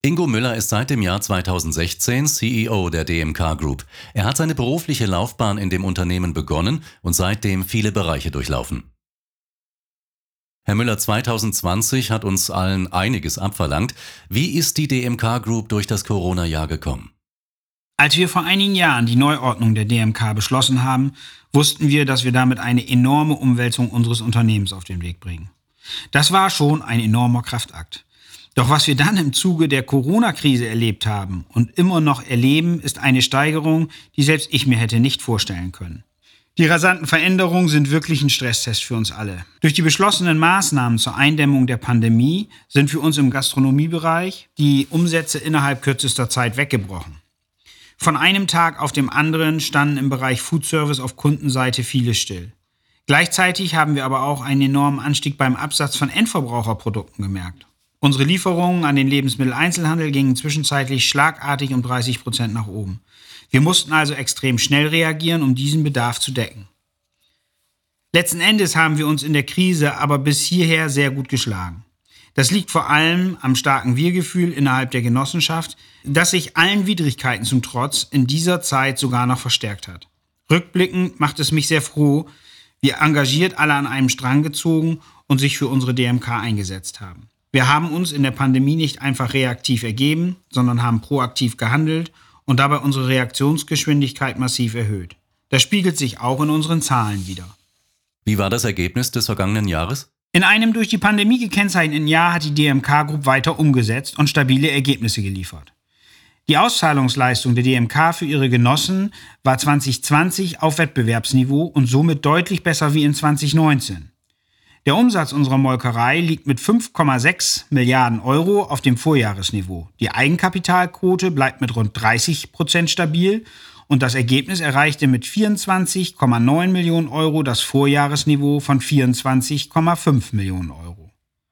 Ingo Müller ist seit dem Jahr 2016 CEO der DMK Group. Er hat seine berufliche Laufbahn in dem Unternehmen begonnen und seitdem viele Bereiche durchlaufen. Herr Müller, 2020 hat uns allen einiges abverlangt. Wie ist die DMK Group durch das Corona-Jahr gekommen? Als wir vor einigen Jahren die Neuordnung der DMK beschlossen haben, wussten wir, dass wir damit eine enorme Umwälzung unseres Unternehmens auf den Weg bringen. Das war schon ein enormer Kraftakt. Doch was wir dann im Zuge der Corona-Krise erlebt haben und immer noch erleben, ist eine Steigerung, die selbst ich mir hätte nicht vorstellen können. Die rasanten Veränderungen sind wirklich ein Stresstest für uns alle. Durch die beschlossenen Maßnahmen zur Eindämmung der Pandemie sind für uns im Gastronomiebereich die Umsätze innerhalb kürzester Zeit weggebrochen. Von einem Tag auf den anderen standen im Bereich Foodservice auf Kundenseite viele still. Gleichzeitig haben wir aber auch einen enormen Anstieg beim Absatz von Endverbraucherprodukten gemerkt. Unsere Lieferungen an den Lebensmitteleinzelhandel gingen zwischenzeitlich schlagartig um 30% nach oben. Wir mussten also extrem schnell reagieren, um diesen Bedarf zu decken. Letzten Endes haben wir uns in der Krise aber bis hierher sehr gut geschlagen. Das liegt vor allem am starken Wir-Gefühl innerhalb der Genossenschaft, das sich allen Widrigkeiten zum Trotz in dieser Zeit sogar noch verstärkt hat. Rückblickend macht es mich sehr froh, wie engagiert alle an einem Strang gezogen und sich für unsere DMK eingesetzt haben. Wir haben uns in der Pandemie nicht einfach reaktiv ergeben, sondern haben proaktiv gehandelt und dabei unsere Reaktionsgeschwindigkeit massiv erhöht. Das spiegelt sich auch in unseren Zahlen wider. Wie war das Ergebnis des vergangenen Jahres? In einem durch die Pandemie gekennzeichneten Jahr hat die DMK Group weiter umgesetzt und stabile Ergebnisse geliefert. Die Auszahlungsleistung der DMK für ihre Genossen war 2020 auf Wettbewerbsniveau und somit deutlich besser wie in 2019. Der Umsatz unserer Molkerei liegt mit 5,6 Milliarden Euro auf dem Vorjahresniveau. Die Eigenkapitalquote bleibt mit rund 30% stabil und das Ergebnis erreichte mit 24,9 Millionen Euro das Vorjahresniveau von 24,5 Millionen Euro.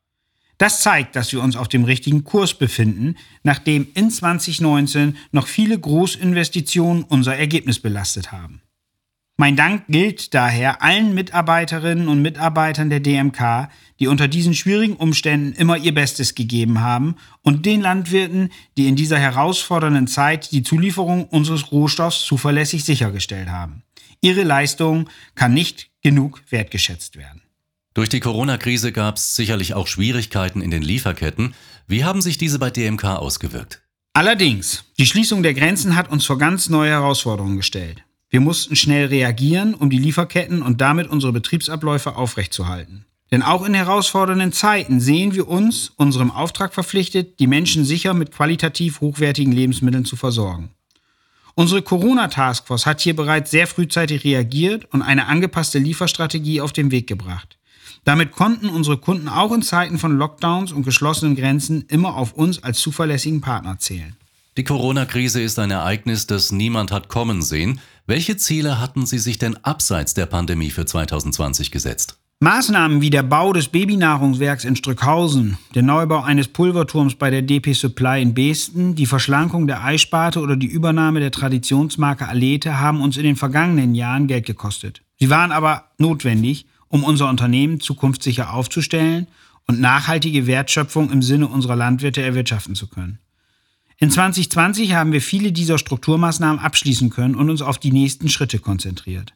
Das zeigt, dass wir uns auf dem richtigen Kurs befinden, nachdem in 2019 noch viele Großinvestitionen unser Ergebnis belastet haben. Mein Dank gilt daher allen Mitarbeiterinnen und Mitarbeitern der DMK, die unter diesen schwierigen Umständen immer ihr Bestes gegeben haben, und den Landwirten, die in dieser herausfordernden Zeit die Zulieferung unseres Rohstoffs zuverlässig sichergestellt haben. Ihre Leistung kann nicht genug wertgeschätzt werden. Durch die Corona-Krise gab es sicherlich auch Schwierigkeiten in den Lieferketten. Wie haben sich diese bei DMK ausgewirkt? Allerdings, die Schließung der Grenzen hat uns vor ganz neue Herausforderungen gestellt. Wir mussten schnell reagieren, um die Lieferketten und damit unsere Betriebsabläufe aufrechtzuerhalten. Denn auch in herausfordernden Zeiten sehen wir uns unserem Auftrag verpflichtet, die Menschen sicher mit qualitativ hochwertigen Lebensmitteln zu versorgen. Unsere Corona-Taskforce hat hier bereits sehr frühzeitig reagiert und eine angepasste Lieferstrategie auf den Weg gebracht. Damit konnten unsere Kunden auch in Zeiten von Lockdowns und geschlossenen Grenzen immer auf uns als zuverlässigen Partner zählen. Die Corona-Krise ist ein Ereignis, das niemand hat kommen sehen. Welche Ziele hatten Sie sich denn abseits der Pandemie für 2020 gesetzt? Maßnahmen wie der Bau des Babynahrungswerks in Strückhausen, der Neubau eines Pulverturms bei der DP Supply in Beesten, die Verschlankung der Eissparte oder die Übernahme der Traditionsmarke Alete haben uns in den vergangenen Jahren Geld gekostet. Sie waren aber notwendig, um unser Unternehmen zukunftssicher aufzustellen und nachhaltige Wertschöpfung im Sinne unserer Landwirte erwirtschaften zu können. In 2020 haben wir viele dieser Strukturmaßnahmen abschließen können und uns auf die nächsten Schritte konzentriert.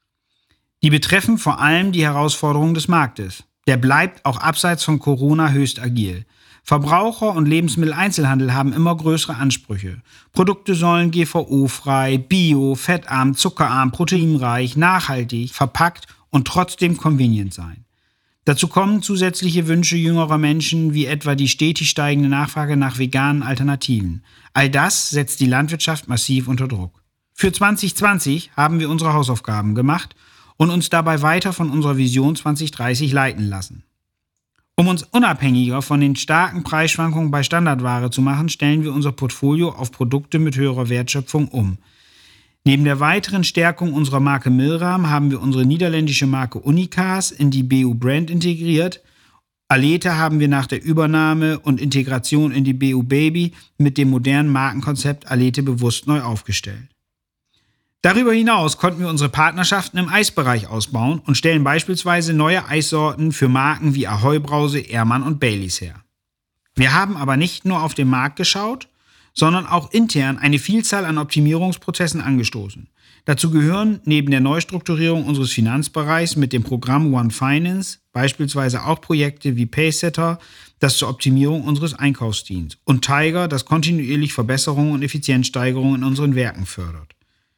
Die betreffen vor allem die Herausforderungen des Marktes. Der bleibt auch abseits von Corona höchst agil. Verbraucher und Lebensmitteleinzelhandel haben immer größere Ansprüche. Produkte sollen GVO-frei, bio, fettarm, zuckerarm, proteinreich, nachhaltig, verpackt und trotzdem convenient sein. Dazu kommen zusätzliche Wünsche jüngerer Menschen, wie etwa die stetig steigende Nachfrage nach veganen Alternativen. All das setzt die Landwirtschaft massiv unter Druck. Für 2020 haben wir unsere Hausaufgaben gemacht und uns dabei weiter von unserer Vision 2030 leiten lassen. Um uns unabhängiger von den starken Preisschwankungen bei Standardware zu machen, stellen wir unser Portfolio auf Produkte mit höherer Wertschöpfung um. Neben der weiteren Stärkung unserer Marke Milram haben wir unsere niederländische Marke Unikas in die BU-Brand integriert. Alete haben wir nach der Übernahme und Integration in die BU Baby mit dem modernen Markenkonzept Alete bewusst neu aufgestellt. Darüber hinaus konnten wir unsere Partnerschaften im Eisbereich ausbauen und stellen beispielsweise neue Eissorten für Marken wie Ahoi Brause, Ehrmann und Baileys her. Wir haben aber nicht nur auf den Markt geschaut, sondern auch intern eine Vielzahl an Optimierungsprozessen angestoßen. Dazu gehören neben der Neustrukturierung unseres Finanzbereichs mit dem Programm One Finance beispielsweise auch Projekte wie Pacesetter, das zur Optimierung unseres Einkaufs dient, und Tiger, das kontinuierlich Verbesserungen und Effizienzsteigerungen in unseren Werken fördert.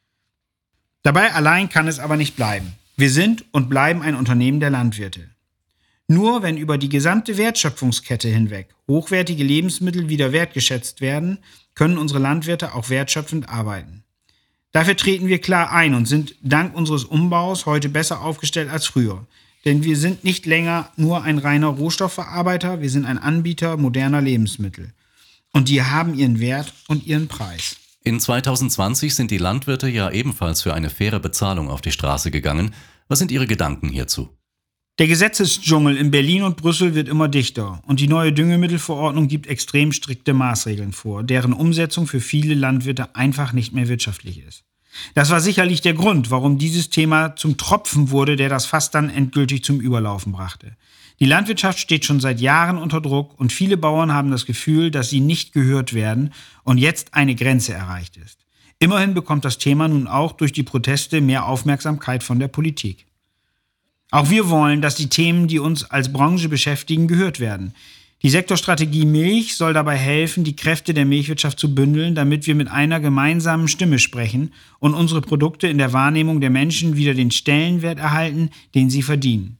Dabei allein kann es aber nicht bleiben. Wir sind und bleiben ein Unternehmen der Landwirte. Nur wenn über die gesamte Wertschöpfungskette hinweg hochwertige Lebensmittel wieder wertgeschätzt werden, können unsere Landwirte auch wertschöpfend arbeiten. Dafür treten wir klar ein und sind dank unseres Umbaus heute besser aufgestellt als früher. Denn wir sind nicht länger nur ein reiner Rohstoffverarbeiter, wir sind ein Anbieter moderner Lebensmittel. Und die haben ihren Wert und ihren Preis. In 2020 sind die Landwirte ja ebenfalls für eine faire Bezahlung auf die Straße gegangen. Was sind Ihre Gedanken hierzu? Der Gesetzesdschungel in Berlin und Brüssel wird immer dichter und die neue Düngemittelverordnung gibt extrem strikte Maßregeln vor, deren Umsetzung für viele Landwirte einfach nicht mehr wirtschaftlich ist. Das war sicherlich der Grund, warum dieses Thema zum Tropfen wurde, der das Fass dann endgültig zum Überlaufen brachte. Die Landwirtschaft steht schon seit Jahren unter Druck und viele Bauern haben das Gefühl, dass sie nicht gehört werden und jetzt eine Grenze erreicht ist. Immerhin bekommt das Thema nun auch durch die Proteste mehr Aufmerksamkeit von der Politik. Auch wir wollen, dass die Themen, die uns als Branche beschäftigen, gehört werden. Die Sektorstrategie Milch soll dabei helfen, die Kräfte der Milchwirtschaft zu bündeln, damit wir mit einer gemeinsamen Stimme sprechen und unsere Produkte in der Wahrnehmung der Menschen wieder den Stellenwert erhalten, den sie verdienen.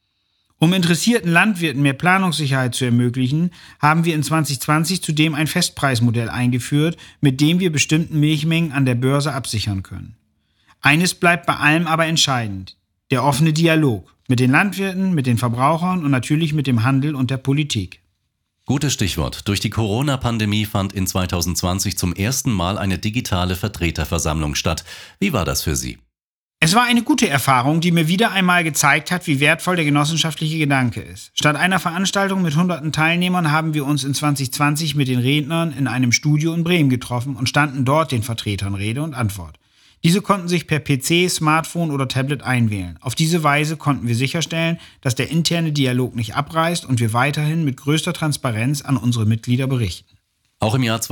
Um interessierten Landwirten mehr Planungssicherheit zu ermöglichen, haben wir in 2020 zudem ein Festpreismodell eingeführt, mit dem wir bestimmten Milchmengen an der Börse absichern können. Eines bleibt bei allem aber entscheidend: der offene Dialog mit den Landwirten, mit den Verbrauchern und natürlich mit dem Handel und der Politik. Gutes Stichwort. Durch die Corona-Pandemie fand in 2020 zum ersten Mal eine digitale Vertreterversammlung statt. Wie war das für Sie? Es war eine gute Erfahrung, die mir wieder einmal gezeigt hat, wie wertvoll der genossenschaftliche Gedanke ist. Statt einer Veranstaltung mit hunderten Teilnehmern haben wir uns in 2020 mit den Rednern in einem Studio in Bremen getroffen und standen dort den Vertretern Rede und Antwort. Diese konnten sich per PC, Smartphone oder Tablet einwählen. Auf diese Weise konnten wir sicherstellen, dass der interne Dialog nicht abreißt und wir weiterhin mit größter Transparenz an unsere Mitglieder berichten. Auch im Jahr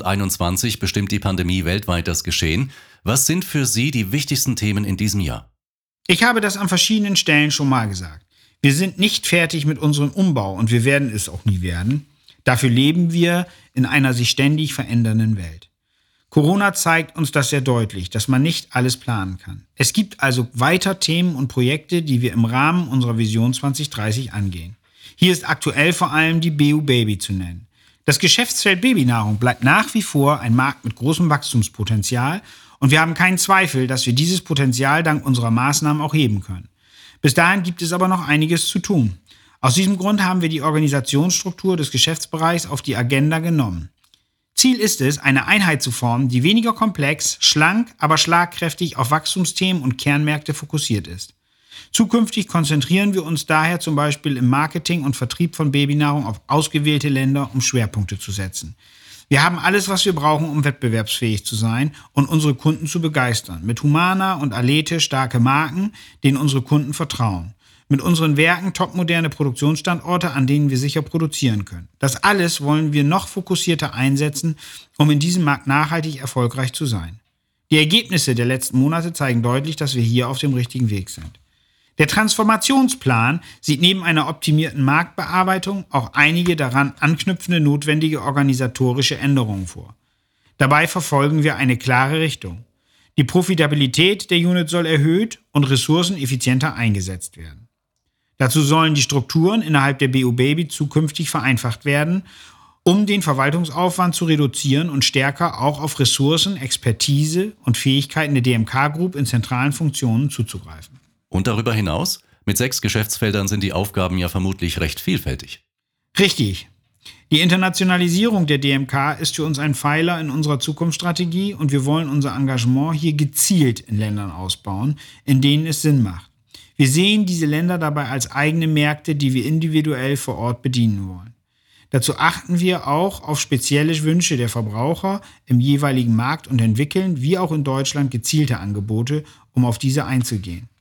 2021 bestimmt die Pandemie weltweit das Geschehen. Was sind für Sie die wichtigsten Themen in diesem Jahr? Ich habe das an verschiedenen Stellen schon mal gesagt. Wir sind nicht fertig mit unserem Umbau und wir werden es auch nie werden. Dafür leben wir in einer sich ständig verändernden Welt. Corona zeigt uns das sehr deutlich, dass man nicht alles planen kann. Es gibt also weiter Themen und Projekte, die wir im Rahmen unserer Vision 2030 angehen. Hier ist aktuell vor allem die BU Baby zu nennen. Das Geschäftsfeld Babynahrung bleibt nach wie vor ein Markt mit großem Wachstumspotenzial und wir haben keinen Zweifel, dass wir dieses Potenzial dank unserer Maßnahmen auch heben können. Bis dahin gibt es aber noch einiges zu tun. Aus diesem Grund haben wir die Organisationsstruktur des Geschäftsbereichs auf die Agenda genommen. Ziel ist es, eine Einheit zu formen, die weniger komplex, schlank, aber schlagkräftig auf Wachstumsthemen und Kernmärkte fokussiert ist. Zukünftig konzentrieren wir uns daher zum Beispiel im Marketing und Vertrieb von Babynahrung auf ausgewählte Länder, um Schwerpunkte zu setzen. Wir haben alles, was wir brauchen, um wettbewerbsfähig zu sein und unsere Kunden zu begeistern. Mit Humana und Alete starke Marken, denen unsere Kunden vertrauen. Mit unseren Werken topmoderne Produktionsstandorte, an denen wir sicher produzieren können. Das alles wollen wir noch fokussierter einsetzen, um in diesem Markt nachhaltig erfolgreich zu sein. Die Ergebnisse der letzten Monate zeigen deutlich, dass wir hier auf dem richtigen Weg sind. Der Transformationsplan sieht neben einer optimierten Marktbearbeitung auch einige daran anknüpfende notwendige organisatorische Änderungen vor. Dabei verfolgen wir eine klare Richtung. Die Profitabilität der Unit soll erhöht und Ressourcen effizienter eingesetzt werden. Dazu sollen die Strukturen innerhalb der BU Baby zukünftig vereinfacht werden, um den Verwaltungsaufwand zu reduzieren und stärker auch auf Ressourcen, Expertise und Fähigkeiten der DMK Group in zentralen Funktionen zuzugreifen. Und darüber hinaus? Mit 6 Geschäftsfeldern sind die Aufgaben ja vermutlich recht vielfältig. Richtig. Die Internationalisierung der DMK ist für uns ein Pfeiler in unserer Zukunftsstrategie und wir wollen unser Engagement hier gezielt in Ländern ausbauen, in denen es Sinn macht. Wir sehen diese Länder dabei als eigene Märkte, die wir individuell vor Ort bedienen wollen. Dazu achten wir auch auf spezielle Wünsche der Verbraucher im jeweiligen Markt und entwickeln, wie auch in Deutschland, gezielte Angebote, um auf diese einzugehen.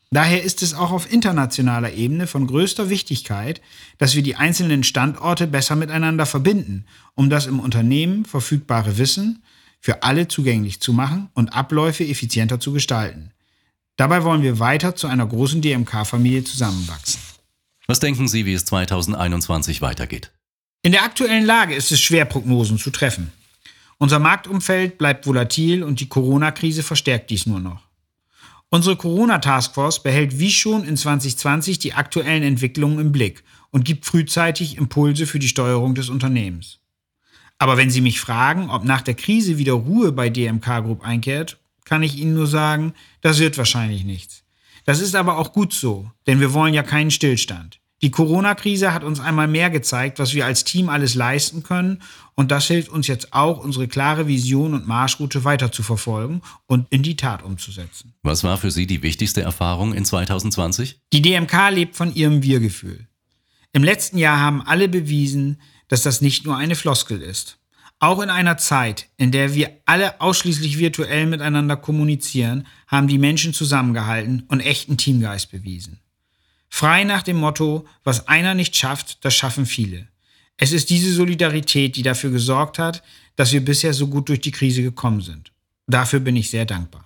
Daher ist es auch auf internationaler Ebene von größter Wichtigkeit, dass wir die einzelnen Standorte besser miteinander verbinden, um das im Unternehmen verfügbare Wissen für alle zugänglich zu machen und Abläufe effizienter zu gestalten. Dabei wollen wir weiter zu einer großen DMK-Familie zusammenwachsen. Was denken Sie, wie es 2021 weitergeht? In der aktuellen Lage ist es schwer, Prognosen zu treffen. Unser Marktumfeld bleibt volatil und die Corona-Krise verstärkt dies nur noch. Unsere Corona-Taskforce behält wie schon in 2020 die aktuellen Entwicklungen im Blick und gibt frühzeitig Impulse für die Steuerung des Unternehmens. Aber wenn Sie mich fragen, ob nach der Krise wieder Ruhe bei DMK Group einkehrt, kann ich Ihnen nur sagen, das wird wahrscheinlich nichts. Das ist aber auch gut so, denn wir wollen ja keinen Stillstand. Die Corona-Krise hat uns einmal mehr gezeigt, was wir als Team alles leisten können, und das hilft uns jetzt auch, unsere klare Vision und Marschroute weiter zu verfolgen und in die Tat umzusetzen. Was war für Sie die wichtigste Erfahrung in 2020? Die DMK lebt von ihrem Wir-Gefühl. Im letzten Jahr haben alle bewiesen, dass das nicht nur eine Floskel ist. Auch in einer Zeit, in der wir alle ausschließlich virtuell miteinander kommunizieren, haben die Menschen zusammengehalten und echten Teamgeist bewiesen. Frei nach dem Motto, was einer nicht schafft, das schaffen viele. Es ist diese Solidarität, die dafür gesorgt hat, dass wir bisher so gut durch die Krise gekommen sind. Dafür bin ich sehr dankbar.